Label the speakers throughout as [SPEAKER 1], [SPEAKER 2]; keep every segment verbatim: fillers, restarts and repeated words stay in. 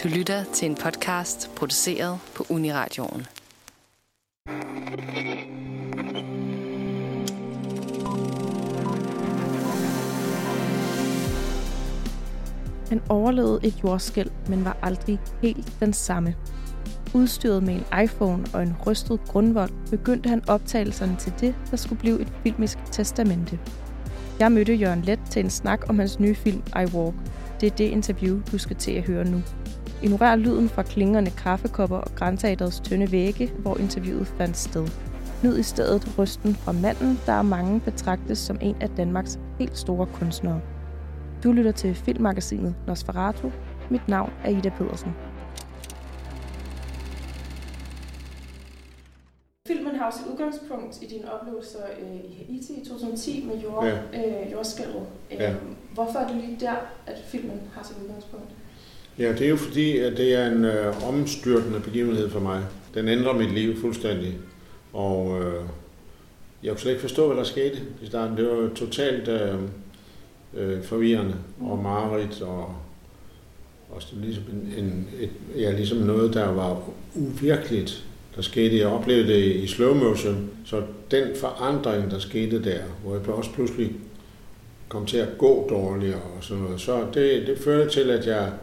[SPEAKER 1] Du lytter til en podcast produceret på Uniradioen.
[SPEAKER 2] Han overlevede et jordskælv, men var aldrig helt den samme. Udstyret med en iPhone og en rystet grundvold, begyndte han optagelserne til det, der skulle blive et filmisk testamente. Jeg mødte Jørgen Leth til en snak om hans nye film I Walk. Det er det interview, du skal til at høre nu. Ignorer lyden fra klingende kaffekopper og grænteatrets tynde vægge, hvor interviewet fandt sted. Nyd i stedet rysten fra manden, der af mange betragtes som en af Danmarks helt store kunstnere. Du lytter til filmmagasinet Nosferatu. Mit navn er Ida Pedersen. Filmen har også et udgangspunkt i dine oplevelser øh, i Haiti i to tusind og ti med jord, ja. øh, jordskælvet. Ja. Hvorfor er det lige der, at filmen har sit udgangspunkt?
[SPEAKER 3] Ja, det er jo fordi, at det er en øh, omstyrtende begivenhed for mig. Den ændrer mit liv fuldstændig. Og øh, jeg kunne slet ikke forstå, hvad der skete i starten. Det var totalt øh, øh, forvirrende mm. og mareridt og også ligesom, en, en, et, ja, ligesom noget, der var uvirkeligt, der skete. Jeg oplevede det i slow motion, så den forandring, der skete der, hvor jeg også pludselig kom til at gå dårligere og sådan noget, så det, det førte til, at jeg,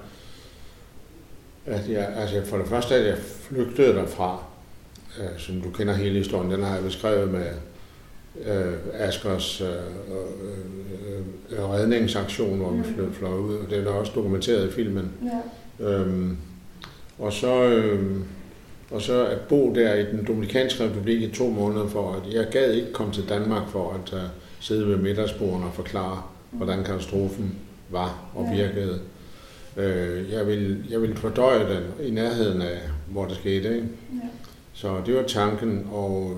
[SPEAKER 3] at jeg, altså for det første, at jeg flygtede derfra, øh, som du kender hele historien, den har jeg beskrevet med øh, Askers øh, øh, øh, redningsaktion, hvor vi fløj, fløj ud, og den er også dokumenteret i filmen. Ja. Øhm, og så... Øh, Og så at bo der i den Dominikanske Republik i to måneder, for at jeg gad ikke komme til Danmark for at uh, sidde ved middagsbordene og forklare, hvordan katastrofen var og virkede. Uh, jeg ville, jeg ville fordøje den i nærheden af, hvor det skete. Ikke? Ja. Så det var tanken, og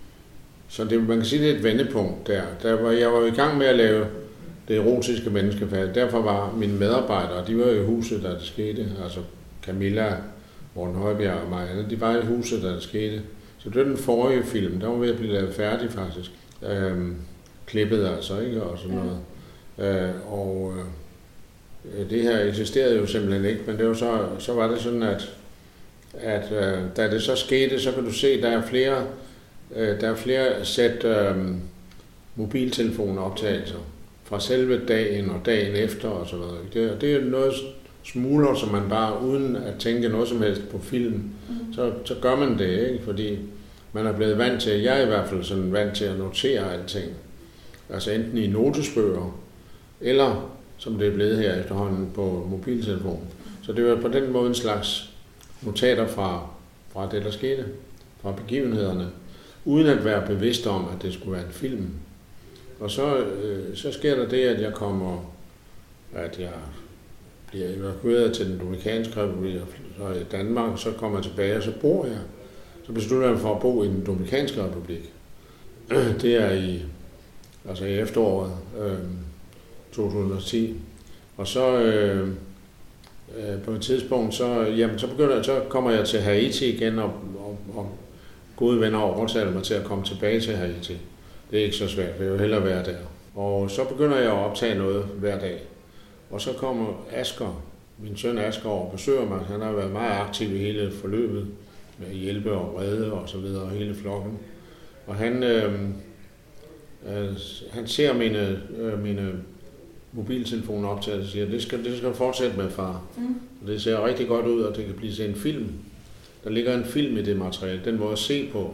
[SPEAKER 3] så det, man kan sige, det er et vendepunkt der. der var, jeg var i gang med at lave det erotiske menneskefald. Derfor var mine medarbejdere, de var i huset, da det skete, altså Camilla, Morten Højbjerg og mig, de var i huset, da det skete. Så det var den forrige film, der var ved at blive lavet færdig faktisk. Øhm, klippet altså, ikke? Og sådan noget. Øh, og øh, det her eksisterede jo simpelthen ikke, men det var så, så var det sådan, at, at øh, da det så skete, så kan du se, der er flere, øh, der er flere sæt øh, mobiltelefonoptagelser fra selve dagen og dagen efter og sådan noget. Det, det er noget smugler, som man bare uden at tænke noget som helst på film, mm. så, så gør man det, ikke? Fordi man er blevet vant til, jeg er i hvert fald sådan vant til at notere alting. Altså enten i notesbøger, eller som det er blevet her efterhånden på mobiltelefonen. Så det var på den måde en slags notater fra, fra det, der skete, fra begivenhederne, uden at være bevidst om, at det skulle være en film. Og så, øh, så sker der det, at jeg kommer, at jeg bliver evakueret til den Dominikanske Republik og i Danmark, så kommer jeg tilbage, og så bor jeg. Så beslutter jeg mig for at bo i den Dominikanske Republik. Det er i, altså i efteråret øh, to tusind og ti. Og så øh, øh, på et tidspunkt, så, jamen, så, begynder, så kommer jeg til Haiti igen, og, og, og gode venner overtaler mig til at komme tilbage til Haiti. Det er ikke så svært, det er jo hellere være der. Og så begynder jeg at optage noget hver dag. Og så kommer Asger, min søn Asger, og besøger mig. Han har været meget aktiv i hele forløbet med at hjælpe og redde og så videre, hele flokken. Og han, øh, øh, han ser mine, øh, mine mobiltelefoner optaget og siger, det skal, det skal du fortsætte med, far. Mm. Og det ser rigtig godt ud, og det kan blive til en film. Der ligger en film i det materiale, den måde at se på.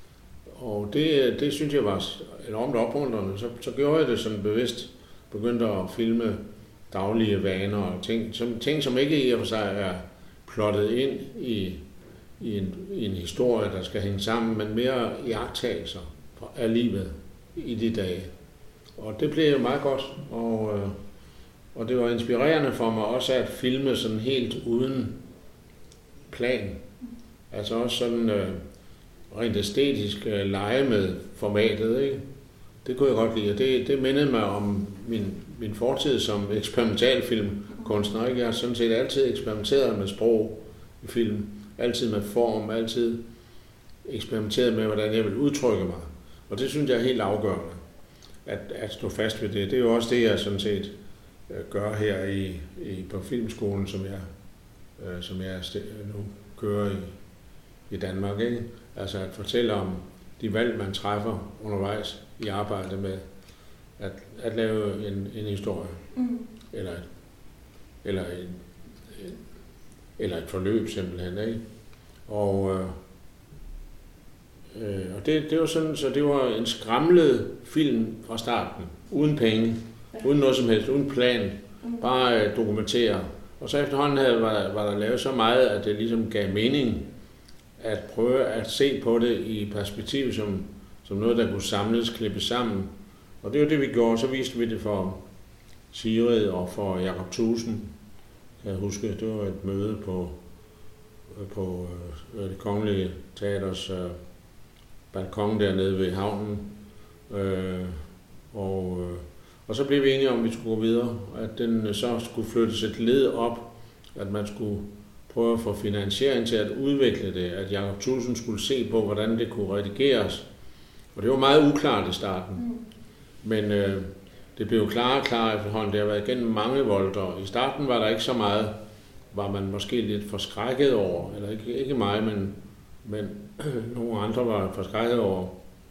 [SPEAKER 3] Og det, det synes jeg var enormt opmuntrende. Så, så gjorde jeg det sådan bevidst, begyndte at filme daglige vaner og ting som, ting, som ikke i og for sig er plottet ind i, i, en, i en historie, der skal hænge sammen, men mere iagttagelser af livet i de dage. Og det blev jo meget godt, og, øh, og det var inspirerende for mig også at filme sådan helt uden plan. Altså også sådan øh, rent æstetisk øh, lege med formatet, ikke? Det kunne jeg godt lide, og det, det mindede mig om min, min fortid som eksperimentalfilmkunstner. Ikke? Jeg har sådan set altid eksperimenteret med sprog i film, altid med form, altid eksperimenteret med, hvordan jeg vil udtrykke mig. Og det synes jeg er helt afgørende, at, at stå fast ved det. Det er jo også det, jeg sådan set gør her i, i, på filmskolen, som jeg øh, som jeg nu kører i, i Danmark, ikke? Altså at fortælle om de valg, man træffer undervejs i arbejdet med at, at lave en, en historie, mm. eller, et, eller, et, eller et forløb simpelthen, ikke? Og, øh, og det, det var sådan, så det var en skramlet film fra starten, uden penge, ja. uden noget som helst, uden plan, mm. bare øh, dokumentere. Og så efterhånden havde, var, var der lavet så meget, at det ligesom gav mening at prøve at se på det i perspektiv som, som noget, der kunne samles, klippes sammen. Og det var det, vi gjorde. Så viste vi det for Sigrid og for Jakob Thusen. Kan jeg huske, det var et møde på, på øh, det Kongelige Teaters øh, balkon dernede ved havnen. Øh, og, øh, og så blev vi enige om, at vi skulle gå videre. At den så skulle flyttes et led op. At man skulle prøve at få finansiering til at udvikle det. At Jakob Thusen skulle se på, hvordan det kunne redigeres. Og det var meget uklart i starten. Mm. Men øh, det blev jo klarere og klarere efterhånden. Det har været igennem mange volter. I starten var der ikke så meget, var man måske lidt forskrækket over. Eller ikke, ikke mig, men, men øh, nogle andre var forskrækket over,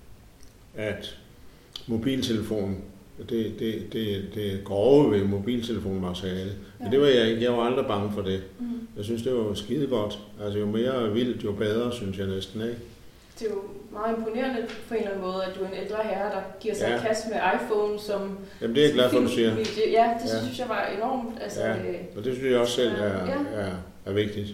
[SPEAKER 3] at mobiltelefonen, det, det, det, det grove ved mobiltelefonmateriale. Men det var jeg ikke. Jeg var aldrig bange for det. Mm. Jeg synes, det var skide godt. Altså jo mere vildt, jo bedre, synes jeg næsten, ikke?
[SPEAKER 2] Det er jo meget imponerende på en eller anden måde, at du er en ældre herre, der giver sig ja. kast med iPhone som...
[SPEAKER 3] Jamen det er jeg glad for, du siger.
[SPEAKER 2] Ja, det ja. synes jeg var enormt. Altså,
[SPEAKER 3] ja, og det synes jeg også selv er, ja. er, er vigtigt.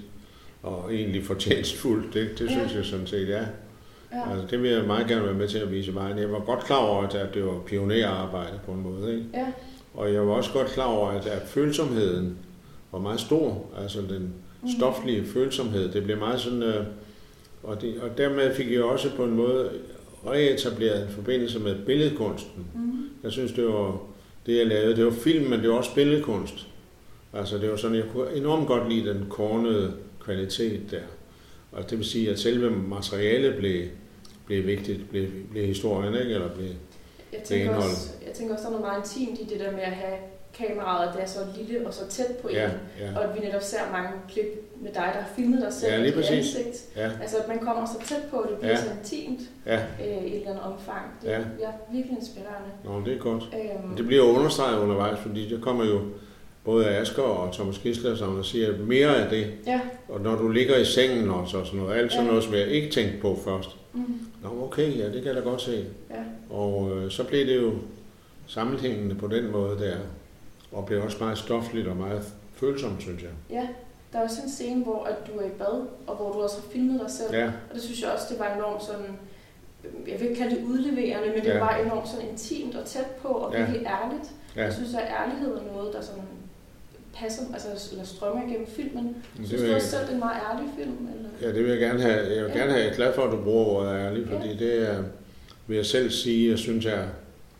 [SPEAKER 3] Og egentlig fortjenstfuldt, det, det synes ja. jeg sådan set, ja. ja. Altså, det vil jeg meget gerne være med til at vise vejen. Jeg var godt klar over, at det var pionerarbejde på en måde, ikke? Ja. Og jeg var også godt klar over, at, at følsomheden var meget stor. Altså den stoflige mm. følsomhed, det blev meget sådan... Øh, Og, det, og dermed fik jeg også på en måde reetableret en forbindelse med billedkunsten. Mm. Jeg synes, det var det, jeg lavede. Det var film, men det var også billedkunst. Altså, det var sådan, jeg kunne enormt godt lide den kornede kvalitet der. Og det vil sige, at selve materialet blev, blev vigtigt, blev, blev historien, ikke? Eller blev,
[SPEAKER 2] jeg tænker blev også, jeg tænker også, der er noget meget intimt i det der med at have kameraet, der er så lille og så tæt på en, ja, ja. og at vi netop ser mange klip med dig, der har filmet dig selv
[SPEAKER 3] ja, lige
[SPEAKER 2] i ansigt.
[SPEAKER 3] Ja.
[SPEAKER 2] Altså, at man kommer så tæt på, det bliver ja. så intimt
[SPEAKER 3] ja.
[SPEAKER 2] øh, i et eller andet omfang. Det ja. er virkelig inspirerende.
[SPEAKER 3] Nå, det er godt. Øhm. Det bliver understreget undervejs, fordi der kommer jo både Asger og Thomas Gisler sammen og siger mere af det. Ja. Og når du ligger i sengen og så sådan noget, alt sådan ja. noget, som jeg ikke tænkte på først. Mm. Nå, okay, ja, det kan jeg da godt se. Ja. Og øh, så blev det jo sammenhængende på den måde der. Og blev også meget stofligt og meget følsomt, synes jeg. Ja, der er også en scene, hvor at du er i bad, og hvor du også har filmet dig selv. Ja. Og det synes jeg også, det var enormt sådan, jeg vil ikke kalde det udleverende, men det ja. var enormt sådan intimt og tæt på, og ja. virkelig ærligt. Ja. Jeg synes, at ærlighed er noget, der sådan passer, altså eller strømmer igennem filmen. Synes du også selv, det er en meget ærlig film? Eller? Ja, det vil jeg gerne have. Jeg vil ja. gerne have, jeg er glad for, at du bruger ordet ærlig, fordi ja. det er, vil jeg selv sige, jeg synes er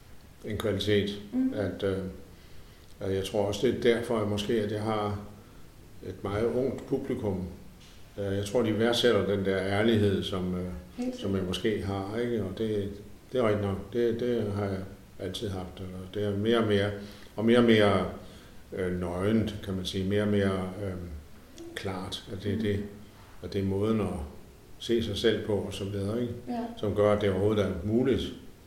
[SPEAKER 3] en kvalitet, mm. at øh, jeg tror også, det er derfor, at måske, at jeg har et meget ungt publikum. Jeg tror, de værdsætter den der ærlighed, som, som jeg måske har, ikke? Og det, det er rigtigt nok. Det, det har jeg altid haft. Det er mere og mere, og mere og mere øh, nøgent, kan man sige. Mere og mere øh, klart, at det er det, at det er måden at se sig selv på, og så videre, ikke? Ja. Som gør, at det overhovedet er muligt.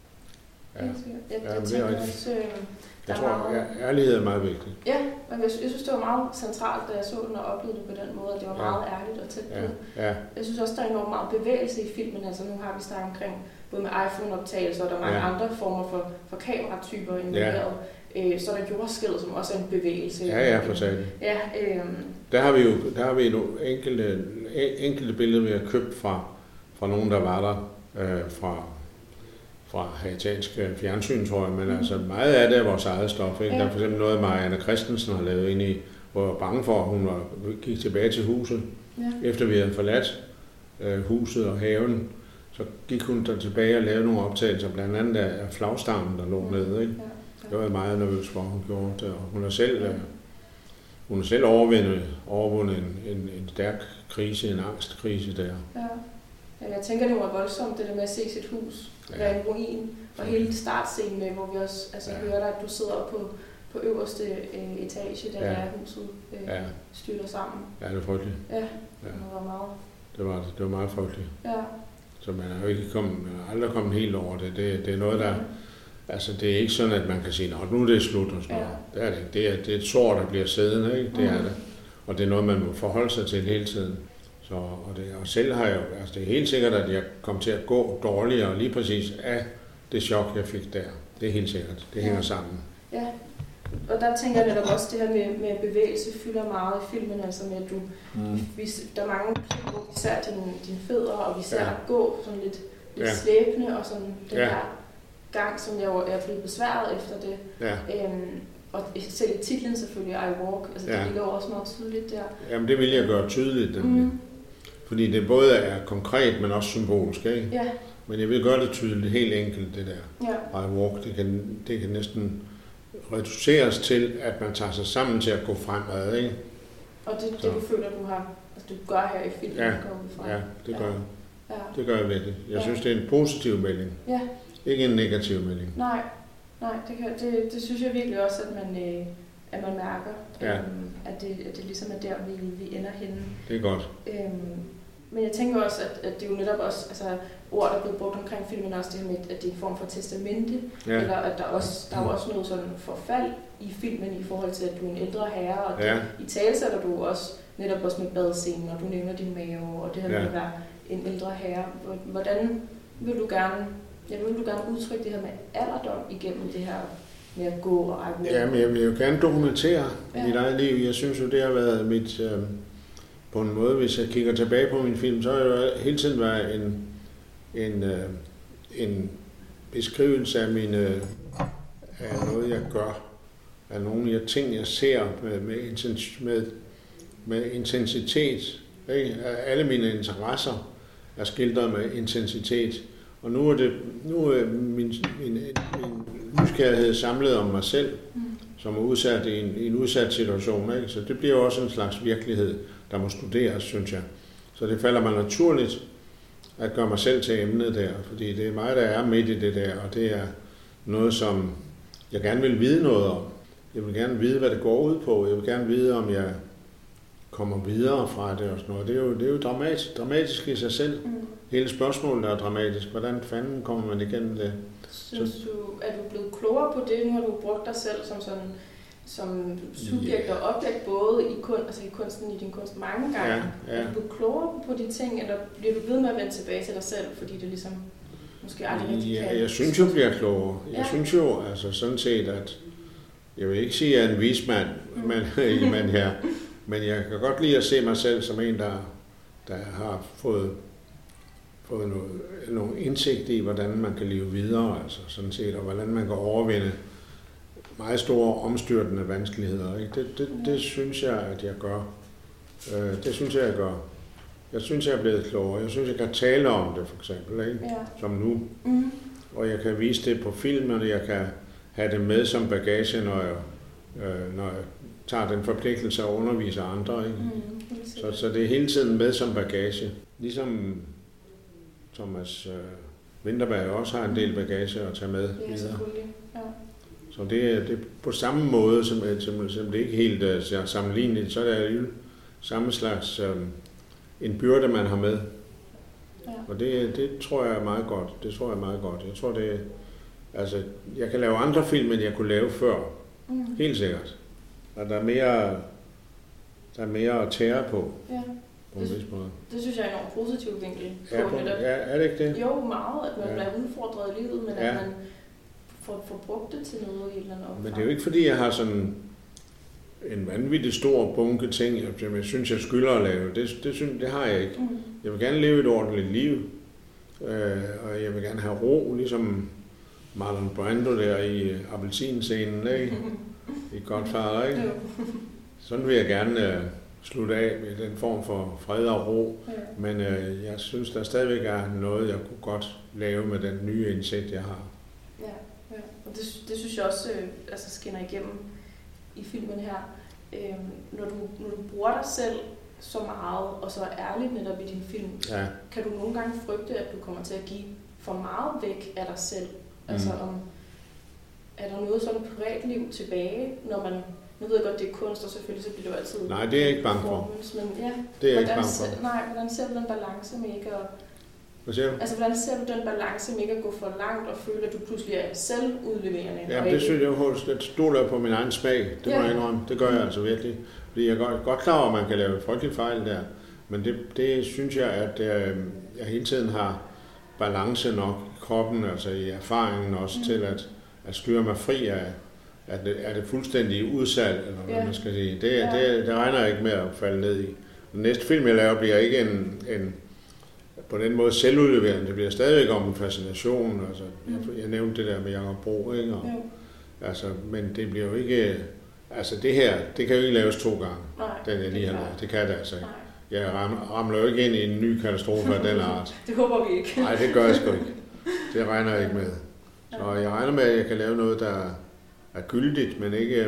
[SPEAKER 3] Ja, jeg, jeg, ja, jeg det er rigtigt. Jeg tror, meget... at ærlighed er meget vigtigt. Ja, men jeg synes, det var meget centralt, da jeg så den og oplevede det på den måde, at det var ja. meget ærligt og tæt på. Ja. Ja. Jeg synes også, der er enormt meget bevægelse i filmen. Altså, nu har vi snakket omkring både med iPhone-optagelser, og der er mange ja. andre former for, for kameratyper involveret. Ja. Øh, så er der jordskælv, som også er en bevægelse. Ja, ja, for sagen. Ja, øh... Der har vi jo der har vi nogle enkelte, enkelte billeder, vi har købt fra, fra nogen, der var der øh, fra... fra haitiansk fjernsyn, tror jeg, men mm. altså meget af det er vores eget stof. Ikke? Ja. Der er for eksempel noget, Marianne Christensen har lavet ind i, hvor jeg var bange for, at hun var, gik tilbage til huset. Ja. Efter vi havde forladt øh, huset og haven, så gik hun der tilbage og lavede nogle optagelser, blandt andet af flagstangen, der lå mm. nede. Ikke? Ja. Ja. Det var jeg meget nervøs for, hun gjorde det. Og hun har selv, øh, hun har selv overvundet, overvundet en, en, en stærk krise, en angstkrise der. Ja. Ja, jeg tænker, det var voldsomt, det der med at se sit hus, ja. være en ruin, og hele startscenen med, hvor vi også altså, ja. hører dig, at du sidder på,
[SPEAKER 2] på øverste øh, etage, da
[SPEAKER 3] ja.
[SPEAKER 2] ja. huset øh, ja. styrter sammen.
[SPEAKER 3] Ja, det er frygteligt.
[SPEAKER 2] Ja,
[SPEAKER 3] ja.
[SPEAKER 2] det var meget.
[SPEAKER 3] Det var, det var meget frygteligt.
[SPEAKER 2] Ja.
[SPEAKER 3] Så man er jo ikke kommet, man er aldrig kommet helt over det. Det, det er noget, der... Altså, det er ikke sådan, at man kan sige, at nu er det slut og sådan noget. Ja. Det er det ikke. Det er, det er et sår, der bliver siddende, ikke? Det mm. er det. Og det er noget, man må forholde sig til hele tiden. Så, og, det, og selv har jeg jo... Altså, det er helt sikkert, at jeg kom til at gå dårligere lige præcis af det chok, jeg fik der. Det er helt sikkert. Det hænger sammen.
[SPEAKER 2] Ja. Og der tænker jeg netop også, det her med, med bevægelse fylder meget i filmen, altså med, at du, mm. vi, der er mange klip, hvor vi ser dine, dine fødder, og vi ser ja. dig gå sådan lidt, lidt ja. slæbende, og sådan den ja. her gang, som jeg er blevet besværet efter det. Ja. Øhm, og selv i titlen selvfølgelig, I Walk, altså ja. det ligger også meget tydeligt der. Jamen
[SPEAKER 3] det vil jeg gøre tydeligt, mm. fordi det både er konkret, men også symbolsk, ikke? Ja. Men jeg vil gøre det tydeligt, helt enkelt det der. Ja. I Walk, det kan, det kan næsten reduceres til, at man tager sig sammen til at gå fremad, ikke? Og det, det du føler, du har, altså du gør her i filmen, ja.
[SPEAKER 2] fra.
[SPEAKER 3] Ja, det gør
[SPEAKER 2] ja.
[SPEAKER 3] jeg.
[SPEAKER 2] Ja.
[SPEAKER 3] Det gør jeg virkelig. Jeg
[SPEAKER 2] ja.
[SPEAKER 3] synes, det er en positiv melding. Ja. Ikke en negativ melding.
[SPEAKER 2] Nej, nej, det, kan, det, det synes jeg virkelig også, at man, øh, at man mærker, ja. øhm, at, det, at det ligesom er der, vi, vi ender henne.
[SPEAKER 3] Det er godt.
[SPEAKER 2] Øhm, men jeg tænker også, at, at det er jo netop også, altså ord, der er blevet brugt omkring filmen, også det her med, at det er en form for testamente, ja. eller at der, også, der er også noget sådan forfald i filmen i forhold til, at du er en ældre herre, og ja. det, i tale sætter du også netop også med badscenen, og du nævner din mave, og det her ja. med at være en ældre herre. Hvordan vil du gerne, ja, vil du gerne udtrykke det her med alderdom igennem det her med at gå og arbejde?
[SPEAKER 3] Jamen, jeg vil jo gerne dokumentere ja. mit eget liv. Jeg synes jo, det har været mit... Øh, på en måde, hvis jeg kigger tilbage på min film, så har det jo hele tiden været en, en, øh, en beskrivelse af, mine, af noget, jeg gør, af nogle af de ting, jeg ser med, med, med, med intensitet. Ikke? Alle mine interesser er skildret med intensitet. Og nu er, det, nu er min, min, min nysgerrighed samlet om mig selv, mm. som er udsat i en, i en udsat situation. Ikke? Så det bliver også en slags virkelighed, der må studeres, synes jeg. Så det falder mig naturligt at gøre mig selv til emnet der, fordi det er mig, der er midt i det der, og det er noget, som jeg gerne vil vide noget om. Jeg vil gerne vide, hvad det går ud på. Jeg vil gerne vide, om jeg kommer videre fra det og sådan noget. Det er jo, det er jo dramatisk, dramatisk i sig selv. Mm. Hele spørgsmålet er dramatisk. Hvordan fanden kommer man igennem det?
[SPEAKER 2] Synes Så, du, er du blevet klogere på det? Nu har du brugt dig selv som sådan som subjekt og objekt, både i, kun, altså i kunsten i din kunst mange gange. Ja, ja. Er du blevet klogere på de ting, eller bliver du ved med at vende tilbage til dig selv, fordi det ligesom måske aldrig rigtig
[SPEAKER 3] ja,
[SPEAKER 2] kan?
[SPEAKER 3] Jeg synes jo, bliver klogere. Jeg ja. synes jo altså sådan set, at jeg vil ikke sige, at jeg er en vismand, mm. men, men, jeg, men jeg kan godt lide at se mig selv som en, der, der har fået, fået noget, noget indsigt i, hvordan man kan leve videre, altså sådan set, og hvordan man kan overvinde meget store omstyrtende vanskeligheder. Ikke? Det, det, det synes jeg, at jeg gør. Øh, det synes jeg, jeg gør. Jeg synes, jeg er blevet klogere. Jeg synes, jeg kan tale om det, for eksempel, ikke? Ja. Som nu. Mm. Og jeg kan vise det på film, og jeg kan have det med som bagage, når jeg, øh, når jeg tager den forpligtelse at undervise andre. Ikke? Mm. Så, så det er hele tiden med som bagage. Ligesom Thomas øh, Vinterberg også har en del bagage at tage med
[SPEAKER 2] ja,
[SPEAKER 3] videre.
[SPEAKER 2] Ja.
[SPEAKER 3] Så det er, det er på samme måde, som, som, som det ikke helt uh, sammenligneligt, så er det jo samme slags um, en byrde, man har med. Ja. Og det, det tror jeg er meget godt. Det tror jeg er meget godt. Jeg tror, det altså, jeg kan lave andre film, end jeg kunne lave før. Mm. Helt sikkert. Og der er mere, der er mere at tære på. Ja. På en vis måde.
[SPEAKER 2] Det synes jeg er en enormt positiv vinkel.
[SPEAKER 3] Ja, på, ja, er det ikke det?
[SPEAKER 2] Jo, meget. At man ja. bliver udfordret i livet, men
[SPEAKER 3] ja.
[SPEAKER 2] at man får, får brugt det til noget i et eller andet omfang.
[SPEAKER 3] Men det er jo ikke, fordi jeg har sådan en vanvittig stor bunke ting, jeg, jeg synes, jeg skylder at lave. Det, det, synes, det har jeg ikke. Mm. Jeg vil gerne leve et ordentligt liv, øh, og jeg vil gerne have ro, ligesom Marlon Brando der i appelsinscenen, ikke? I Godfather, ikke? Sådan vil jeg gerne øh, slutte af med den form for fred og ro, ja. Men øh, jeg synes, der stadigvæk er noget, jeg kunne godt lave med den nye indsigt, jeg har.
[SPEAKER 2] Ja, ja. Og det, det synes jeg også øh, altså skinner igennem i filmen her. Øh, når, du, når du bruger dig selv så meget og så ærligt netop i din film, ja. Kan du nogle gange frygte, at du kommer til at give for meget væk af dig selv? Mm. Altså om, er der noget sådan privatliv tilbage, når man, nu ved jeg godt, det er kunst, og selvfølgelig så bliver det jo altid...
[SPEAKER 3] Nej, det er jeg ikke bange for.
[SPEAKER 2] Men ja,
[SPEAKER 3] det er jeg ikke
[SPEAKER 2] hvordan,
[SPEAKER 3] bange for.
[SPEAKER 2] Nej, hvordan ser du den balance med ikke at...
[SPEAKER 3] Hvad siger du?
[SPEAKER 2] Altså, hvordan ser du den balance med ikke at gå for langt og føle, at du pludselig er selvudleverende?
[SPEAKER 3] Ja, det synes jeg jo, det stoler på min egen smag. Det ja. må jeg indrømme. Det gør jeg altså virkelig. Fordi jeg er godt, godt klar over, at man kan lave frygtelige fejl der. Men det, det synes jeg, at øh, jeg hele tiden har balance nok i kroppen, altså i erfaringen også mm. til at, at styre mig fri af, at det, er det fuldstændig udsalg, eller hvad yeah. man skal sige. Det, yeah. det, det regner jeg ikke med at falde ned i. Den næste film, jeg laver, bliver ikke en, en på den måde selvudleverende. Det bliver stadigvæk om en fascination. Altså, mm. jeg, jeg nævnte det der med Jacob Bro, ikke? Og, yeah. altså, men det bliver jo ikke... Altså det her, det kan jo ikke laves to gange, Nej, den jeg lige har lavet. Det kan det altså ikke. Nej. Jeg ramler jo ikke ind i en ny katastrofe af den art.
[SPEAKER 2] Det håber vi ikke.
[SPEAKER 3] Nej, det gør jeg sgu ikke. Det regner jeg ikke med. Så jeg regner med, at jeg kan lave noget, der er gyldigt, men ikke,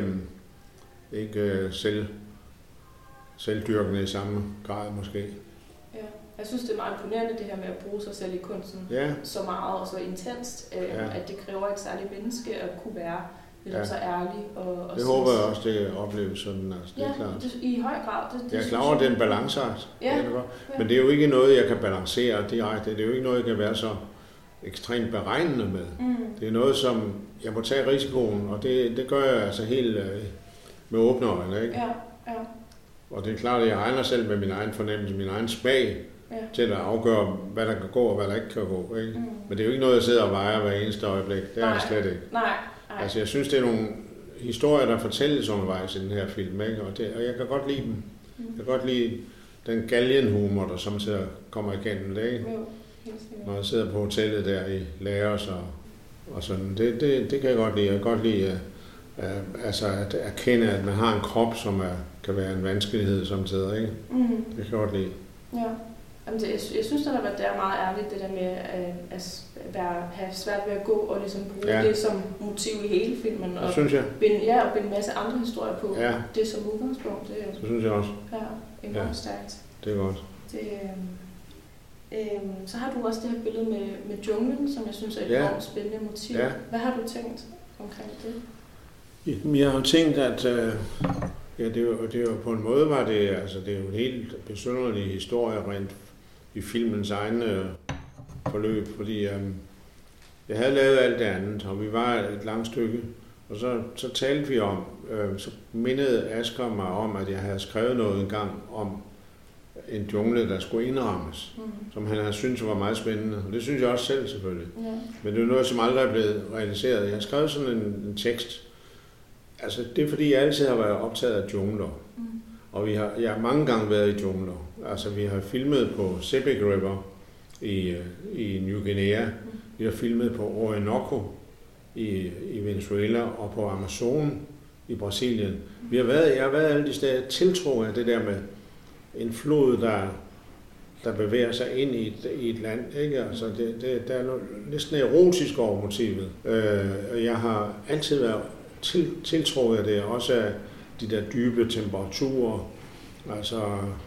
[SPEAKER 3] ikke selv, selvdyrkende i samme grad måske.
[SPEAKER 2] Ja. Jeg synes, det er meget imponerende, det her med at bruge sig selv i kunsten
[SPEAKER 3] ja.
[SPEAKER 2] så meget og så intenst, øh, ja. at det kræver et særligt menneske at kunne være ja. så ærlig. Og, og
[SPEAKER 3] det håber jeg også, det opleves sådan. Altså, det
[SPEAKER 2] ja,
[SPEAKER 3] er klart.
[SPEAKER 2] Det, i høj grad. Det, det
[SPEAKER 3] jeg er klar over, den balanceakt.
[SPEAKER 2] Ja.
[SPEAKER 3] Ja. Men det er jo ikke noget, jeg kan balancere direkte. Det er jo ikke noget, jeg kan være så ekstremt beregnende med. Mm. Det er noget, som jeg må tage risikoen, og det, det gør jeg altså helt øh, med åbne øjne. Ikke?
[SPEAKER 2] Ja. Ja.
[SPEAKER 3] Og det er klart, at jeg regner selv med min egen fornemmelse, min egen smag, ja. til at afgøre, hvad der kan gå og hvad der ikke kan gå. Ikke? Mm. Men det er jo ikke noget, jeg sidder og vejer hver eneste øjeblik. Det er det slet ikke.
[SPEAKER 2] Nej. Nej.
[SPEAKER 3] Altså, jeg synes, det er nogle historier, der fortælles undervejs i den her film, ikke? Og, det, og jeg kan godt lide dem. Mm. Jeg kan godt lide den galgenhumor, der samtidig kommer igennem det, ikke?
[SPEAKER 2] Jo,
[SPEAKER 3] når jeg sidder på hotellet der i Laos og, og sådan. Det, det, det kan jeg godt lide. Jeg kan godt lide uh, uh, altså at erkende, at man har en krop, som er, kan være en vanskelighed samtidig, ikke? Mm. Det kan jeg godt lide.
[SPEAKER 2] Ja. Jamen det, jeg, jeg synes, at det er meget ærligt, det der med at, at være, have svært ved at gå og ligesom bruge ja. det som motiv i hele filmen. Og
[SPEAKER 3] det synes jeg.
[SPEAKER 2] Binde, ja, og binde en masse andre historier på
[SPEAKER 3] ja.
[SPEAKER 2] det som udgangspunkt. Det,
[SPEAKER 3] det synes jeg også.
[SPEAKER 2] Ja, enormt ja. stærkt.
[SPEAKER 3] Det er godt.
[SPEAKER 2] Det, øh, øh, så har du også det her billede med, med junglen, som jeg synes er et ja. enormt spændende motiv. Ja. Hvad har du tænkt omkring det?
[SPEAKER 3] Jamen, jeg har tænkt, at øh, ja, det, er jo, det er jo på en måde var det, altså det er jo en helt besynderlig historie rent i filmens egen øh, forløb, fordi øh, jeg havde lavet alt det andet, og vi var et langt stykke, og så, så talte vi om, øh, så mindede Asger mig om, at jeg havde skrevet noget engang om en jungle, der skulle indrammes, mm. som han havde syntes var meget spændende, og det synes jeg også selv selvfølgelig. Yeah. Men det er noget, som aldrig er blevet realiseret. Jeg har skrevet sådan en, en tekst, altså det er fordi, jeg altid har været optaget af jungler. Mm. Og vi har, jeg har mange gange været i jungler. Altså vi har filmet på Sepik River i, i New Guinea. Mm. Vi har filmet på Orinoco i, i Venezuela og på Amazon i Brasilien. Mm. Vi har været, jeg har været alle de steder tiltrukket af det der med en flod, der, der bevæger sig ind i et, i et land. Ikke? Altså det, det, der er noget, næsten erotisk over motivet. Øh, jeg har altid været til, tiltrukket af det, også af de der dybe temperaturer, altså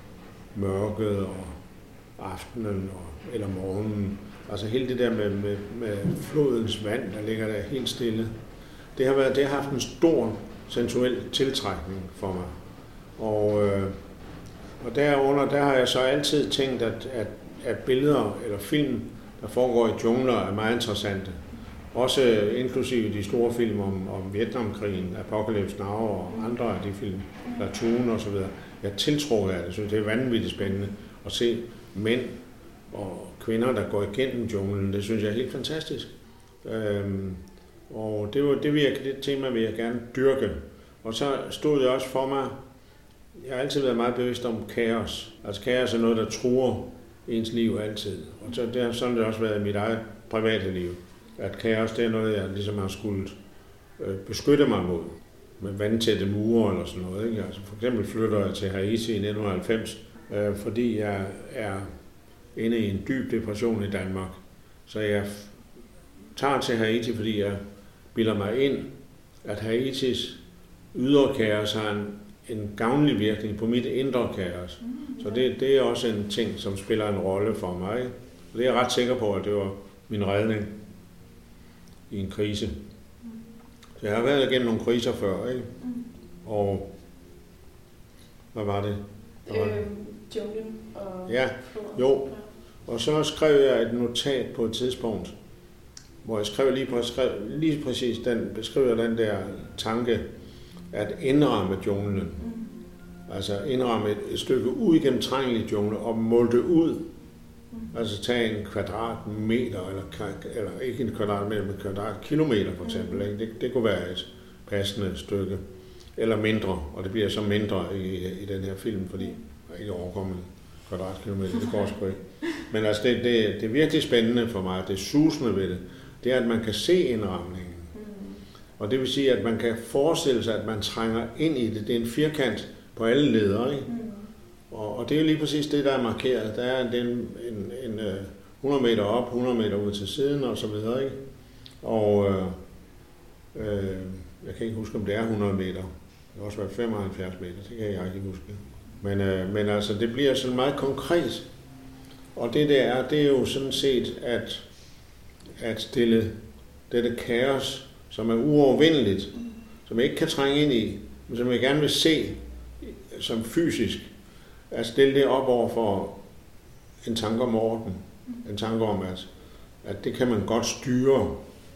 [SPEAKER 3] mørket og aftenen og, eller morgenen. Altså hele det der med, med, med flodens vand, der ligger der helt stille. Det har, været, det har haft en stor sensuel tiltrækning for mig. Og, øh, og derunder, der har jeg så altid tænkt, at, at, at billeder eller film, der foregår i jungler, er meget interessante. Også inklusive de store film om, om Vietnamkrigen, Apocalypse Now og andre af de film, Platoon og så videre. Jeg tiltrukket af det, så det er vanvittigt spændende at se mænd og kvinder, der går igennem junglen. Det synes jeg er helt fantastisk. Øhm, og det var det, vil jeg, det tema vil jeg gerne dyrke. Og så stod det også for mig, jeg har altid været meget bevidst om kaos. Altså kaos er noget, der truer ens liv altid. Og så, det har sådan det også været i mit eget private liv. At kaos, det er noget, jeg ligesom har skulle øh, beskytte mig mod. Med vandtætte mure eller sådan noget. Ikke? Altså for eksempel flytter jeg til Haiti i nitten halvfems, øh, fordi jeg er inde i en dyb depression i Danmark. Så jeg tager til Haiti, fordi jeg bilder mig ind, at Haitis ydre kaos har en, en gavnlig virkning på mit indre kaos. Så det, det er også en ting, som spiller en rolle for mig. Ikke? Og det er jeg ret sikker på, at det var min redning i en krise. Så jeg har været igennem nogle kriser før, ikke? Mm. Og hvad var det? Hvad var det?
[SPEAKER 2] Øhm, junglen og...
[SPEAKER 3] Ja, jo. Og så skrev jeg et notat på et tidspunkt, hvor jeg skrev lige, på, skrev lige præcis den, beskriver den der tanke, at indramme junglen. Mm. Altså indramme et, et stykke uigennemtrængeligt jungle og måle det ud. Mm. Altså tage en kvadratmeter, eller, eller ikke en kvadratmeter, men kvadratkilometer for eksempel. Ikke? Det, det kunne være et passende stykke. Eller mindre, og det bliver så mindre i, i den her film, fordi jeg ikke overkommer en kvadratkilometer, det går sgu ikke. Men altså, det, det, det er virkelig spændende for mig, det susende ved det, det er, at man kan se indramningen. Mm. Og det vil sige, at man kan forestille sig, at man trænger ind i det. Det er en firkant på alle ledere, ikke? Mm. Og, og det er jo lige præcis det, der er markeret. Der er en, en, en, en hundrede meter op, hundrede meter ud til siden og så videre, ikke? Og øh, øh, jeg kan ikke huske, om det er hundrede meter. Det kan også være femoghalvfjerds meter, det kan jeg ikke huske. Men, øh, men altså, det bliver sådan meget konkret. Og det der er, det er jo sådan set at, at stille dette kaos, som er uovervindeligt, som jeg ikke kan trænge ind i, men som jeg gerne vil se som fysisk, at stille det op over for en tanke om orden. En tanke om, at, at det kan man godt styre.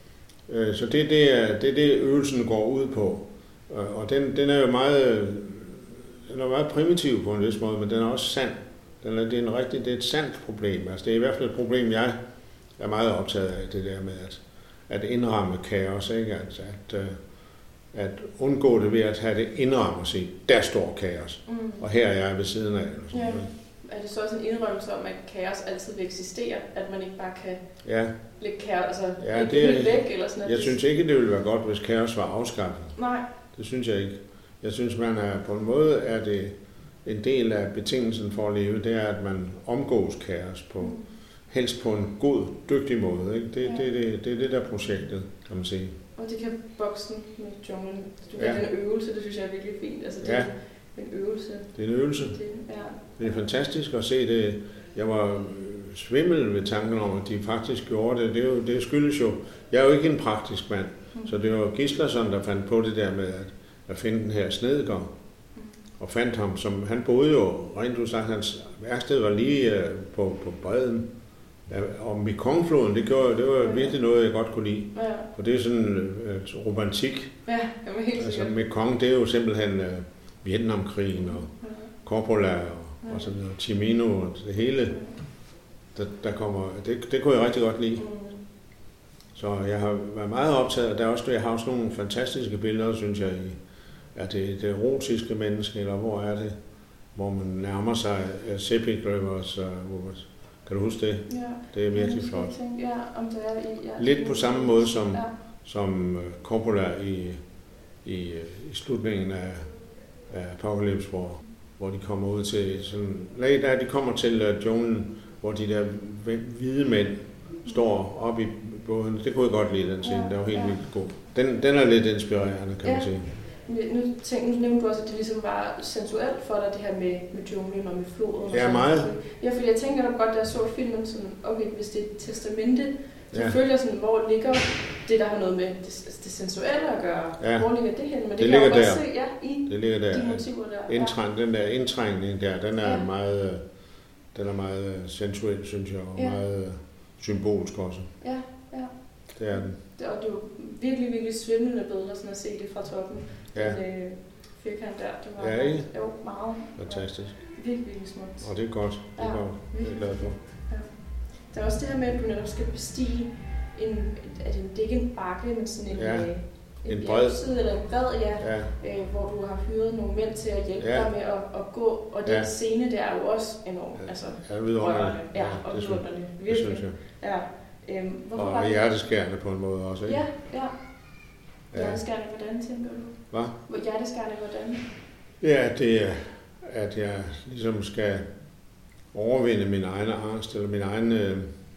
[SPEAKER 3] Så det er det, det, er det øvelsen går ud på. Og den, den er jo meget, den er meget primitiv på en vis måde, men den er også sand. Den er, det, er en rigtig, det er et sandt problem. Altså, det er i hvert fald et problem, jeg er meget optaget af, det der med at, at indramme kaos. Ikke? At, at, at undgå det ved at have det indramme og sige, der står kaos, mm. og her er jeg ved siden af. Eller sådan
[SPEAKER 2] ja. Er det så også en indrømmelse om, at kaos altid vil eksistere? At man ikke bare kan
[SPEAKER 3] ja.
[SPEAKER 2] lægge kaos, altså
[SPEAKER 3] ja,
[SPEAKER 2] ikke
[SPEAKER 3] det,
[SPEAKER 2] helt væk? Eller sådan,
[SPEAKER 3] jeg det... synes ikke, det ville være godt, hvis kaos var afskaffet.
[SPEAKER 2] Nej.
[SPEAKER 3] Det synes jeg ikke. Jeg synes, man er på en måde, er det en del af betingelsen for at leve, det er, at man omgås kaos på, mm. helst på en god, dygtig måde. Ikke? Det, ja. det, det, det er det der projektet, kan man sige.
[SPEAKER 2] Og det kan boksen med junglen. Du kan ja. den øvelse, det synes jeg er virkelig fint. Altså, det
[SPEAKER 3] ja.
[SPEAKER 2] er en øvelse.
[SPEAKER 3] Det er en øvelse.
[SPEAKER 2] Det, ja.
[SPEAKER 3] det er fantastisk at se det. Jeg var svimmel ved tanken om, at de faktisk gjorde det. Det, er jo, det skyldes jo, jeg er jo ikke en praktisk mand, mm. så det var Gislason, der fandt på det der med at, at finde den her snedker. Og fandt ham, som han boede jo, rent udsagt, hans værksted var lige uh, på, på bredden. Ja, og Mekongfloden, det, gjorde, det var virkelig noget, jeg godt kunne lide. Ja. For det er sådan uh, romantik.
[SPEAKER 2] Ja, det var helt
[SPEAKER 3] altså, Mekong, det er jo simpelthen uh, Vietnamkrigen og ja. Coppola og, ja. og så videre, Chimino og det hele. Der, der kommer, det, det kunne jeg rigtig godt lide. Mm. Så jeg har været meget optaget, og der er også, jeg har også nogle fantastiske billeder, synes jeg, i er det det erotiske menneske, eller hvor er det, hvor man nærmer sig uh, Sepik Rivers, uh, kan du huske det?
[SPEAKER 2] Ja.
[SPEAKER 3] Det er virkelig flot.
[SPEAKER 2] Ja, om det er i, ja.
[SPEAKER 3] Lidt på samme måde som,
[SPEAKER 2] ja.
[SPEAKER 3] som uh, Coppola i, i, i slutningen af, af Apocalypse, hvor, hvor de kommer ud til sådan, der de kommer til uh, junglen, hvor de der hvide mænd står op i båden. Det kunne jeg godt lide, den scene. Ja. Det var helt ja. vildt god. Den, den er lidt inspirerende, kan ja. man sige.
[SPEAKER 2] Nu, tænk, nu nævnte du også, at det ligesom var sensuelt for dig, det her med, med junglen og med floden.
[SPEAKER 3] Ja, meget.
[SPEAKER 2] Ja, fordi jeg tænker da godt, da jeg så filmen, sådan, okay, hvis det er et testamente, så
[SPEAKER 3] ja.
[SPEAKER 2] følger jeg sådan, hvor ligger det, der har noget med det, det sensuelle at gøre. Ja. Hvor ligger det hen? Men det,
[SPEAKER 3] det
[SPEAKER 2] kan jeg jo
[SPEAKER 3] der.
[SPEAKER 2] godt se ja, i
[SPEAKER 3] det ligger der.
[SPEAKER 2] de motiver der.
[SPEAKER 3] Indtræng,
[SPEAKER 2] ja.
[SPEAKER 3] Den der indtrængning der, den er,
[SPEAKER 2] ja.
[SPEAKER 3] meget, den er meget sensuel, synes jeg, og ja. meget symbolsk også.
[SPEAKER 2] Ja, ja.
[SPEAKER 3] Det er den.
[SPEAKER 2] Det, og det er jo virkelig, virkelig svimlende billeder, sådan at se det fra toppen.
[SPEAKER 3] Ja.
[SPEAKER 2] Den øh, firkant der, det var
[SPEAKER 3] ja, ikke?
[SPEAKER 2] Jo, meget.
[SPEAKER 3] Fantastisk.
[SPEAKER 2] Ja, virkelig, virkelig smukt.
[SPEAKER 3] Og det er godt. Det er
[SPEAKER 2] ja,
[SPEAKER 3] godt. Det er jeg glad for.
[SPEAKER 2] Ja. Der er også det her med, at du netop skal bestige en, at det er ikke en bakke, men sådan en,
[SPEAKER 3] ja.
[SPEAKER 2] øh, en,
[SPEAKER 3] en bred
[SPEAKER 2] side, eller en bred, ja,
[SPEAKER 3] ja.
[SPEAKER 2] Øh, hvor du har hyret nogle mænd til at hjælpe ja. dig med at, at gå. Og den
[SPEAKER 3] ja.
[SPEAKER 2] scene, der er jo også enormt.
[SPEAKER 3] Ja,
[SPEAKER 2] altså,
[SPEAKER 3] ja vidunderligt.
[SPEAKER 2] Ja, og
[SPEAKER 3] det,
[SPEAKER 2] vidunderligt.
[SPEAKER 3] det synes jeg.
[SPEAKER 2] Ja. Øhm,
[SPEAKER 3] og hjerteskærende på en måde også, ikke?
[SPEAKER 2] Ja, ja. Hjerteskærende, hvordan tænker du?
[SPEAKER 3] Hvad?
[SPEAKER 2] Hjerteskærende, hvordan?
[SPEAKER 3] Ja, det er, at jeg ligesom skal overvinde min egen angst, eller min egen, øh,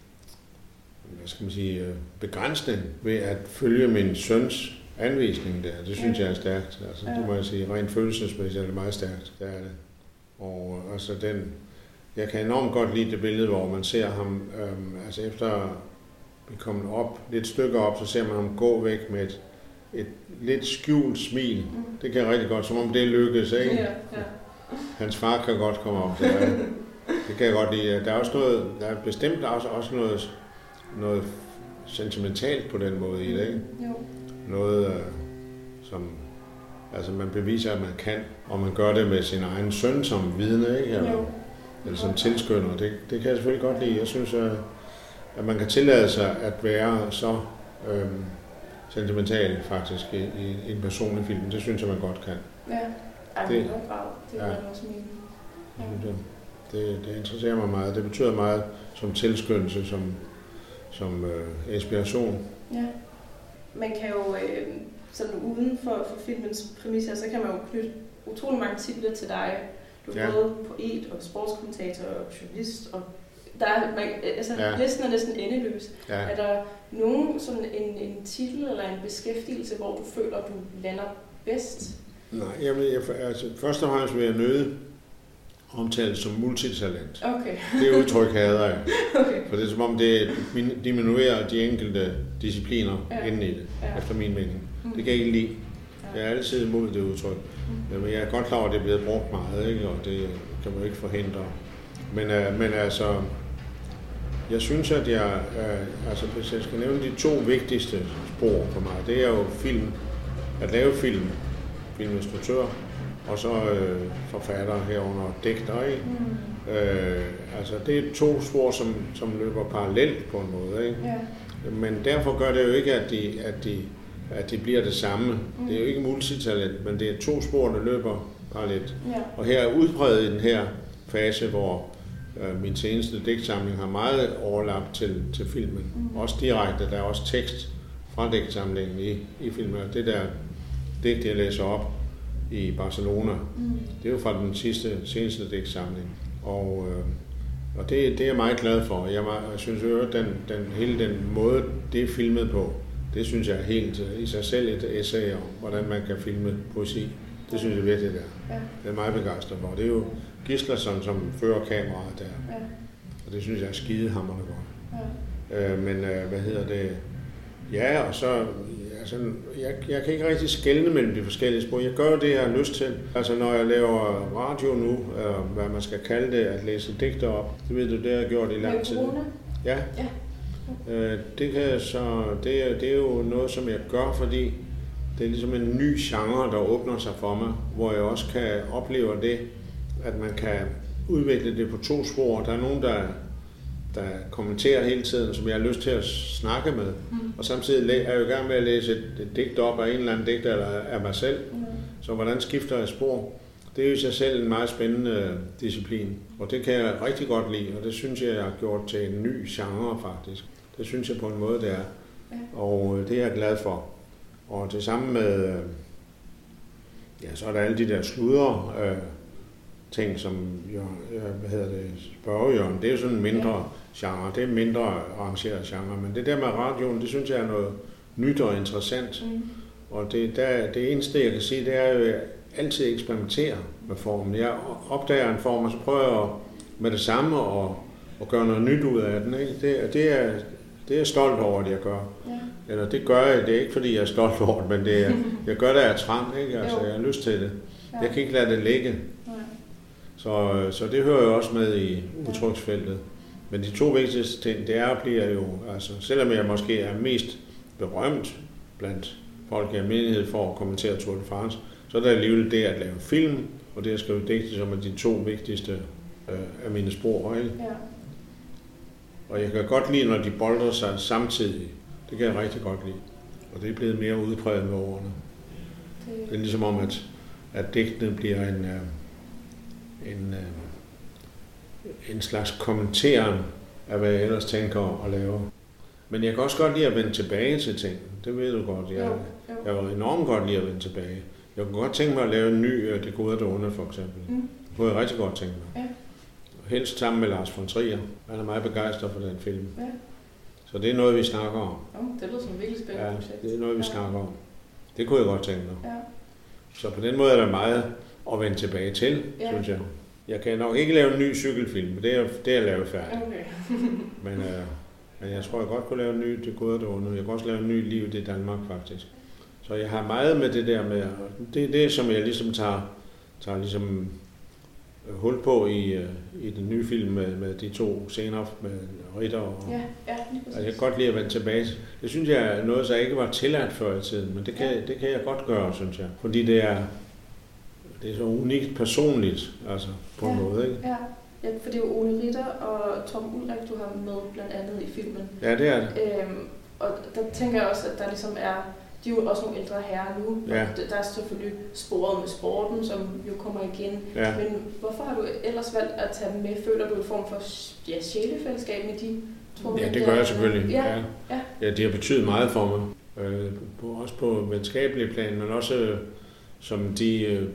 [SPEAKER 3] hvad skal man sige, begrænsning ved at følge min søns anvisning der. Det synes ja. jeg er stærkt. Altså, ja. Det må jeg sige, rent følelsesmæssigt er det meget stærkt. Det er det. Og altså den, jeg kan enormt godt lide det billede, hvor man ser ham, øhm, altså efter vi kommer op, lidt stykker op, så ser man ham gå væk med et, et lidt skjult smil. Mm. Det kan jeg rigtig godt, som om det lykkes, ikke?
[SPEAKER 2] Ja, ja.
[SPEAKER 3] Hans far kan godt komme op til det. Det kan jeg godt lide. Der er også noget, der er bestemt også, også noget, noget sentimentalt på den måde i det, ikke?
[SPEAKER 2] Jo.
[SPEAKER 3] Noget, øh, som altså man beviser, at man kan, og man gør det med sin egen søn som vidne, ikke? Eller,
[SPEAKER 2] Jo.
[SPEAKER 3] eller som tilskynder. Det, det kan jeg selvfølgelig godt lide. Jeg synes, at man kan tillade sig at være så øh, sentimental faktisk i, i, i en personlig film. Det synes jeg, man godt kan.
[SPEAKER 2] Ja, ej,
[SPEAKER 3] det,
[SPEAKER 2] det, det er ja. også min. Ja.
[SPEAKER 3] Det, det interesserer mig meget. Det betyder meget som tilskyndelse, som, som øh, inspiration.
[SPEAKER 2] Ja. Man kan jo, øh, sådan uden for, for filmens præmisser, så kan man jo knytte utrolig mange titler til dig. Du er ja. både poet og sportskommentator og journalist, og der er, man, altså, ja. listen er næsten endeløs. Ja. Er der nogen sådan en, en titel eller en beskæftigelse, hvor du føler, at du lander bedst?
[SPEAKER 3] Nej, jamen, jeg, altså, først og fremmest vil jeg nøde omtales som multitalent.
[SPEAKER 2] Okay.
[SPEAKER 3] Det udtryk hader jeg.
[SPEAKER 2] Okay.
[SPEAKER 3] For det er som om, det diminuerer de enkelte discipliner ja. inden i det, ja. efter min mening. Mm. Det kan jeg ikke lide. Ja. Jeg er altid imod det udtryk. Mm. Men jeg er godt klar over, at det er blevet brugt meget, ikke? Og det kan man jo ikke forhindre. Men, uh, men altså, jeg synes, at jeg, uh, altså hvis jeg skal nævne de to vigtigste spor for mig, det er jo film, at lave film, filminstruktør, og så øh, forfatter herunder digter, ikke? Mm. Øh, altså det er to spor, som, som løber parallelt på en måde, ikke? Yeah. Men derfor gør det jo ikke, at de, at de, at de bliver det samme. Mm. Det er jo ikke multitalent, men det er to spor, der løber parallelt. Yeah. Og her er udpræget i den her fase, hvor øh, min seneste digtsamling har meget overlap til, til filmen. Mm. Også direkte, der er også tekst fra digtsamlingen i, i filmen. Det der digt, jeg læser op i Barcelona. Mm. Det er jo fra den sidste, seneste digtsamling. Og, øh, og det, det er jeg meget glad for. Jeg, var, jeg synes jo, at den, den, hele den måde, det er filmet på, det synes jeg er helt i sig selv et essay om, hvordan man kan filme poesi. Det synes jeg virkelig, det er. Ja. Det er meget begejstret for. Det er jo Gislason, som fører kameraet der. Ja. Og det synes jeg er skidehamrende godt. Ja. Øh, men øh, hvad hedder det? Ja, og så altså, jeg, jeg kan ikke rigtig skelne mellem de forskellige spor. Jeg gør det, jeg har lyst til. Altså, når jeg laver radio nu, øh, hvad man skal kalde det, at læse digter op, det ved du, det har jeg gjort i lang tid. Ja. ja. Øh, det, kan så, det, er, det er jo noget, som jeg gør, fordi det er ligesom en ny genre, der åbner sig for mig, hvor jeg også kan opleve det, at man kan udvikle det på to spor. Der er nogen, der der kommenterer hele tiden, som jeg har lyst til at snakke med. Mm. Og samtidig er jeg jo i gang med at læse et, et digt op af en eller anden digter eller af mig selv. Mm. Så hvordan skifter jeg spor? Det er jo i sig selv en meget spændende disciplin. Og det kan jeg rigtig godt lide, og det synes jeg, jeg har gjort til en ny genre faktisk. Det synes jeg på en måde, det er. Ja. Og det er jeg glad for. Og det samme med, ja, så er der alle de der sludre, øh, ting, som hvad hedder det, spørgehjørn, det er jo sådan en mindre genre, det er en mindre arrangeret genre, men det der med radioen, det synes jeg er noget nyt og interessant. Mm. Og det, der, det eneste, jeg kan sige, det er jo, at jeg altid eksperimenterer med formen. Jeg opdager en form, og så prøver jeg med det samme at, at gøre noget nyt ud af den. Ikke? Det, det, er, det er jeg stolt over, at jeg gør. Ja. Eller det gør jeg, det er ikke fordi, jeg er stolt over det, men det er, jeg gør det af trang, ikke? Altså, jeg har lyst til det. Ja. Jeg kan ikke lade det ligge. Så, så det hører jo også med i udtryksfeltet. Men de to vigtigste ting, det er at blive jo, altså selvom jeg måske er mest berømt blandt folk i almindelighed for at kommentere Tour de France, så er der alligevel det at lave film, og det at skrive digte, som er de to vigtigste øh, af mine spor. Ikke? Ja. Og jeg kan godt lide, når de bolder sig samtidig. Det kan jeg rigtig godt lide. Og det er blevet mere udpræget med årene. Det, det er ligesom om, at, at digtene bliver en... Øh, En, en slags kommentaren af, hvad jeg ellers tænker og laver. Men jeg kan også godt lide at vende tilbage til ting. Det ved du godt. Jeg, jeg var enormt godt lide at vende tilbage. Jeg kunne godt tænke mig at lave en ny Det gode og det onde, for eksempel. Mm. Det kunne jeg rigtig godt tænke mig. Ja. Helst sammen med Lars von Trier. Han er meget begejstret for den film. Ja. Så det er noget, vi snakker om.
[SPEAKER 2] Oh, det lyder som et virkelig spændende
[SPEAKER 3] ja,
[SPEAKER 2] projekt.
[SPEAKER 3] det er noget, vi ja. snakker om. Det kunne jeg godt tænke mig. Ja. Så på den måde er der meget at vende tilbage til, ja. synes jeg. Jeg kan nok ikke lave en ny cykelfilm, men det er, det er jeg lavet færdigt. Okay. men, øh, men jeg tror, jeg godt kunne lave en ny Det gode og det onde. Jeg kan også lave en ny Liv i Danmark, faktisk. Så jeg har meget med det der med, det er det, som jeg ligesom tager, tager ligesom hul på i, i den nye film med, med de to scener med Ritter og...
[SPEAKER 2] Ja, ja,
[SPEAKER 3] altså, jeg kan godt lide at vende tilbage. Det synes jeg er noget, der ikke var tilladt før i tiden, men det kan, ja. det kan jeg godt gøre, synes jeg. Fordi det er, det er så unikt personligt, altså på
[SPEAKER 2] ja,
[SPEAKER 3] en måde, ikke?
[SPEAKER 2] Ja. Ja, for det er jo Ole Ritter og Tom Ulrik, du har med blandt andet i filmen.
[SPEAKER 3] Ja, det er det.
[SPEAKER 2] Øhm, og der tænker jeg også, at der ligesom er, de er jo også nogle ældre herrer nu.
[SPEAKER 3] Ja.
[SPEAKER 2] Der er selvfølgelig sporet med sporten, som jo kommer igen.
[SPEAKER 3] Ja.
[SPEAKER 2] Men hvorfor har du ellers valgt at tage dem med? Føler du en form for ja, sjælefællesskab med de to?
[SPEAKER 3] Ja, det gør jeg selvfølgelig.
[SPEAKER 2] Ja.
[SPEAKER 3] Ja. Ja. Ja, det har betydet meget for mig. Øh, på, også på venskabelig plan, men også øh, som de, øh,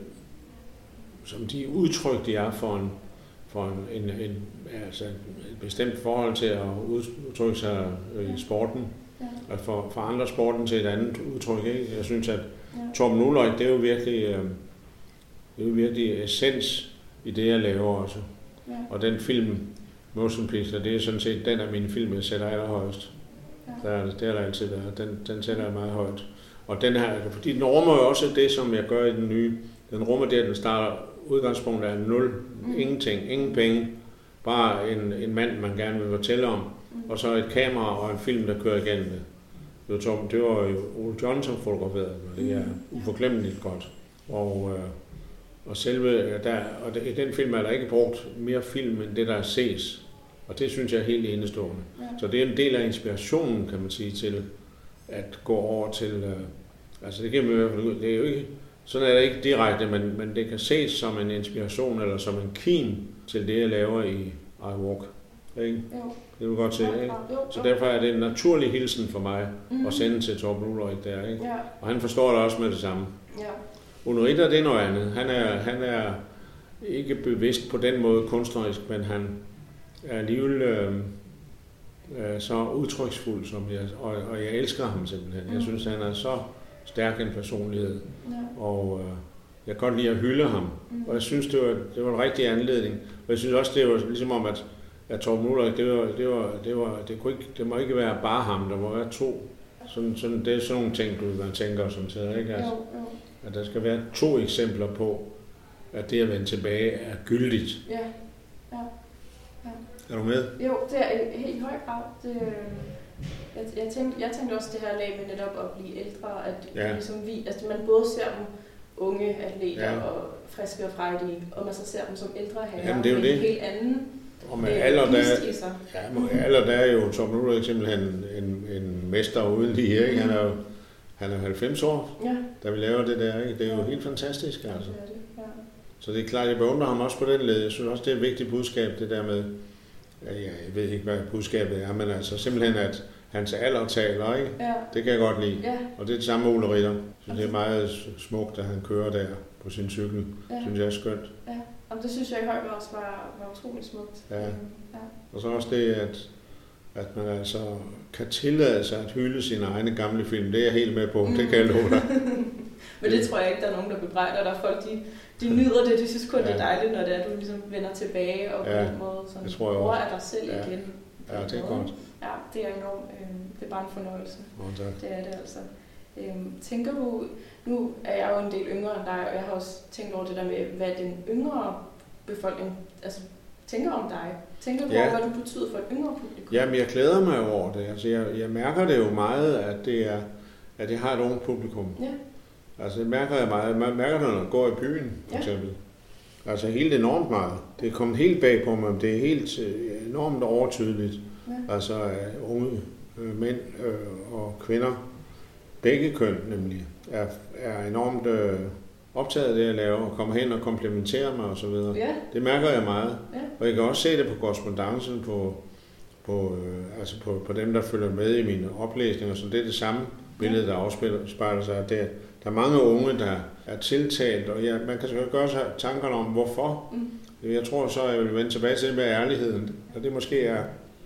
[SPEAKER 3] som de udtryk, de er for en for en, en, en altså et bestemt forhold til at udtrykke sig i sporten, ja. Og for, for andre sporten til et andet udtryk. Ikke? Jeg synes, at ja. Torben Ulrik, det er jo virkelig, øh, det er jo virkelig essens i det, jeg laver også. Ja. Og den film, Motion Picture, det er sådan set den af mine film, jeg sætter allerhøjst. Ja. Der er det, det har der altid været. Den, den sætter jeg meget højt. Og den her, fordi den rummer jo også det, som jeg gør i den nye. Den rummer det, at den starter udgangspunktet er nul, mm. ingenting, ingen penge, bare en, en mand, man gerne vil fortælle om, mm. og så et kamera og en film, der kører igennem det. Det var, Tom, det var jo Ole John, som fotograferede, og det er uforglemmeligt godt. Og, øh, og selve, der, og i den film er der ikke brugt mere film, end det, der ses. Og det synes jeg er helt enestående. Ja. Så det er en del af inspirationen, kan man sige, til at gå over til, øh, altså det, kan man, det er jo ikke, sådan er det ikke direkte, men, men det kan ses som en inspiration eller som en kim til det, jeg laver i I Walk. Ikke? Jo. Det vil godt se, ikke? Så derfor er det en naturlig hilsen for mig mm. at sende til Torben Ulrik der, ikke? Ja. Og han forstår det også med det samme. Ja. Ole Ritter, det er noget andet. Han er, han er ikke bevidst på den måde kunstnerisk, men han er alligevel øh, øh, så udtryksfuld, som jeg, og, og jeg elsker ham simpelthen. Mm. Jeg synes, han er så stærk en personlighed, ja. Og øh, jeg kan godt lide at hylde ham, mm. og jeg synes, det var, det var en rigtig anledning, og jeg synes også, det var ligesom om, at, at Torben Ulrik, det var, det var, det var, det kunne ikke, det må ikke være bare ham, der må være to, sådan, sådan, det er sådan nogle ting, du man tænker som tager, ikke? Altså, jo, jo. At der skal være to eksempler på, at det at vende tilbage er gyldigt. Ja, ja, ja. Er du med?
[SPEAKER 2] Jo, det er helt i høj grad. Det, Jeg, jeg, tænkte, jeg tænkte også det her lag med netop at blive ældre, at ja. Ligesom vi, altså man både ser dem unge atleter ja. Og friske og frejdige, og man så ser dem som ældre herrer med en helt anden
[SPEAKER 3] og med øh, alder, der, ja, med alder der er jo Torben Ulrik simpelthen en, en mester uden lige, ikke? Han er jo han er halvfems år, ja. Da vi laver det der, ikke? Det er jo ja. Helt fantastisk, altså. Ja, det er det. Ja. Så det er klart, jeg beundrer ham også på den led. Jeg synes også, det er et vigtigt budskab, det der med, ja, jeg ved ikke, hvad budskabet er, men altså simpelthen, at hans alder taler, ikke? Ja. Det kan jeg godt lide. Ja. Og det er det samme med Ole Ritter. Så det er meget smukt, at han kører der på sin cykel. Ja. Synes jeg er skønt.
[SPEAKER 2] Ja, og det synes jeg i høj grad også var, var utroligt smukt.
[SPEAKER 3] Ja. Ja. Og så også det, at, at man altså kan tillade sig at hylde sine egne gamle film. Det er jeg helt med på. Mm. Det kan jeg love dig.
[SPEAKER 2] Men det tror jeg ikke, der er nogen, der bebrejder dig. Folk, de, de nyder det. De synes kun, ja. Det er dejligt, når det er, du ligesom vender tilbage og på
[SPEAKER 3] ja.
[SPEAKER 2] Den måde sådan,
[SPEAKER 3] det tror jeg også.
[SPEAKER 2] af dig selv
[SPEAKER 3] ja.
[SPEAKER 2] Igen.
[SPEAKER 3] Ja, det er godt.
[SPEAKER 2] Ja, det er enormt. Øh, det er bare en fornøjelse.
[SPEAKER 3] Oh, tak.
[SPEAKER 2] Det er det altså. Øh, tænker du, nu er jeg jo en del yngre end dig, og jeg har også tænkt over det der med, hvad den yngre befolkning altså, tænker om dig. Tænker du ja. Over, hvad du betyder for et yngre publikum?
[SPEAKER 3] Jamen, jeg glæder mig over det. Altså, jeg, jeg mærker det jo meget, at det er, at jeg har et ungt publikum. Ja. Altså, det mærker jeg meget. Man mærker det, når jeg går i byen, for ja. Eksempel. Altså, helt enormt meget. Det er kommet helt bag på mig, det er helt enormt overtydeligt. Ja. Altså uh, unge uh, mænd uh, og kvinder, begge køn nemlig, er, er enormt uh, optaget af det, jeg laver, og kommer hen og komplementerer mig osv. Ja. Det mærker jeg meget. Ja. Og jeg kan også se det på korrespondancen, på, på, uh, altså på, på dem, der følger med i mine oplæsninger. Så det er det samme billede, der afspejler sig. Der, der er mange unge, der er tiltalt, og ja, man kan gøre sig tankerne om, hvorfor. Mm. Jeg tror så, at jeg vil vende tilbage til det med ærligheden, og det måske er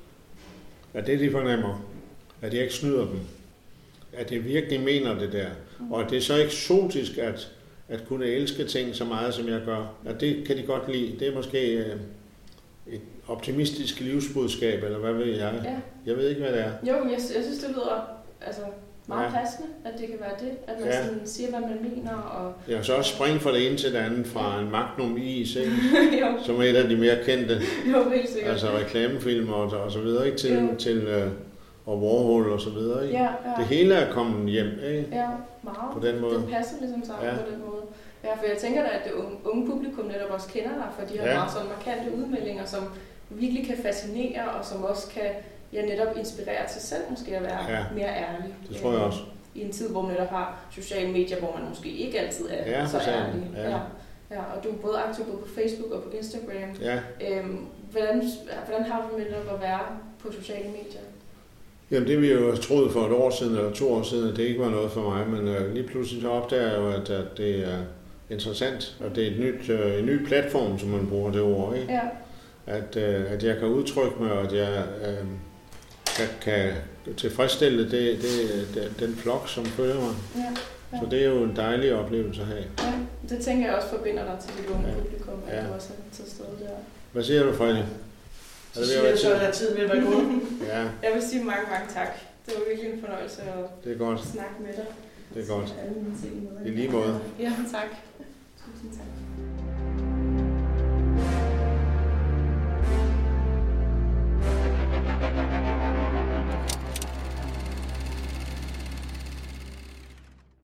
[SPEAKER 3] at det, de fornemmer, at jeg ikke snyder dem, at jeg virkelig mener det der, og at det er så eksotisk, at, at kunne elske ting så meget, som jeg gør, at det kan de godt lide. Det er måske øh, et optimistisk livsbudskab, eller hvad ved jeg? Ja. Jeg ved ikke, hvad det er.
[SPEAKER 2] Jo, jeg, jeg synes, det lyder altså, meget
[SPEAKER 3] ja.
[SPEAKER 2] passende, at det kan være det, at man
[SPEAKER 3] ja.
[SPEAKER 2] sådan siger, hvad man mener. Og
[SPEAKER 3] ja, så også springe fra det ene til det andet, fra en Magnum is, ikke? som er et af de mere kendte,
[SPEAKER 2] jo, helt sikkert.
[SPEAKER 3] altså reklamefilm og, og så videre, ikke? Til, til uh, og Warhol og så videre. Ikke?
[SPEAKER 2] Ja, ja.
[SPEAKER 3] Det hele er kommet hjem, ikke?
[SPEAKER 2] Ja, meget.
[SPEAKER 3] På den måde.
[SPEAKER 2] Det passer ligesom sammen
[SPEAKER 3] ja.
[SPEAKER 2] på den måde. Ja, for jeg tænker da, at det unge, unge publikum netop også kender dig, for de har ja. meget sådan markante udmeldinger, som virkelig kan fascinere, og som også kan ja, netop inspirere til selv måske at være ja. mere ærlig.
[SPEAKER 3] Det tror jeg også.
[SPEAKER 2] I en tid, hvor man netop har sociale medier, hvor man måske ikke altid er
[SPEAKER 3] ja,
[SPEAKER 2] så ærlig.
[SPEAKER 3] Ja.
[SPEAKER 2] Ja. Ja, og du er både aktiv både på Facebook og på Instagram.
[SPEAKER 3] Ja.
[SPEAKER 2] Øhm, hvordan, hvordan har du med netop at være på sociale medier?
[SPEAKER 3] Jamen det vi jo troede for et år siden eller to år siden, at det ikke var noget for mig, men øh, lige pludselig så opdager jeg jo, at, at det er interessant, og det er et nyt, øh, en ny platform, som man bruger det ord, ikke?
[SPEAKER 2] Ja.
[SPEAKER 3] At, øh, at jeg kan udtrykke mig, og at jeg øh, kan, kan tilfredsstille det, det, det, den flok, som følger mig.
[SPEAKER 2] Ja. Ja.
[SPEAKER 3] Så det er jo en dejlig oplevelse at have.
[SPEAKER 2] Ja, det tænker jeg også forbinder dig til det unge
[SPEAKER 3] ja.
[SPEAKER 2] publikum, at
[SPEAKER 3] ja.
[SPEAKER 2] du også er til stede der.
[SPEAKER 3] Hvad siger du, Freddy?
[SPEAKER 4] Så siger jeg så, at tiden vil være gået.
[SPEAKER 3] ja.
[SPEAKER 2] Jeg vil sige mange, mange tak. Det var virkelig en fornøjelse at
[SPEAKER 3] det er godt.
[SPEAKER 2] snakke med dig.
[SPEAKER 3] Det er godt.
[SPEAKER 2] Alle mine ting med.
[SPEAKER 3] I lige måde.
[SPEAKER 2] Ja, tak. Tusind tak.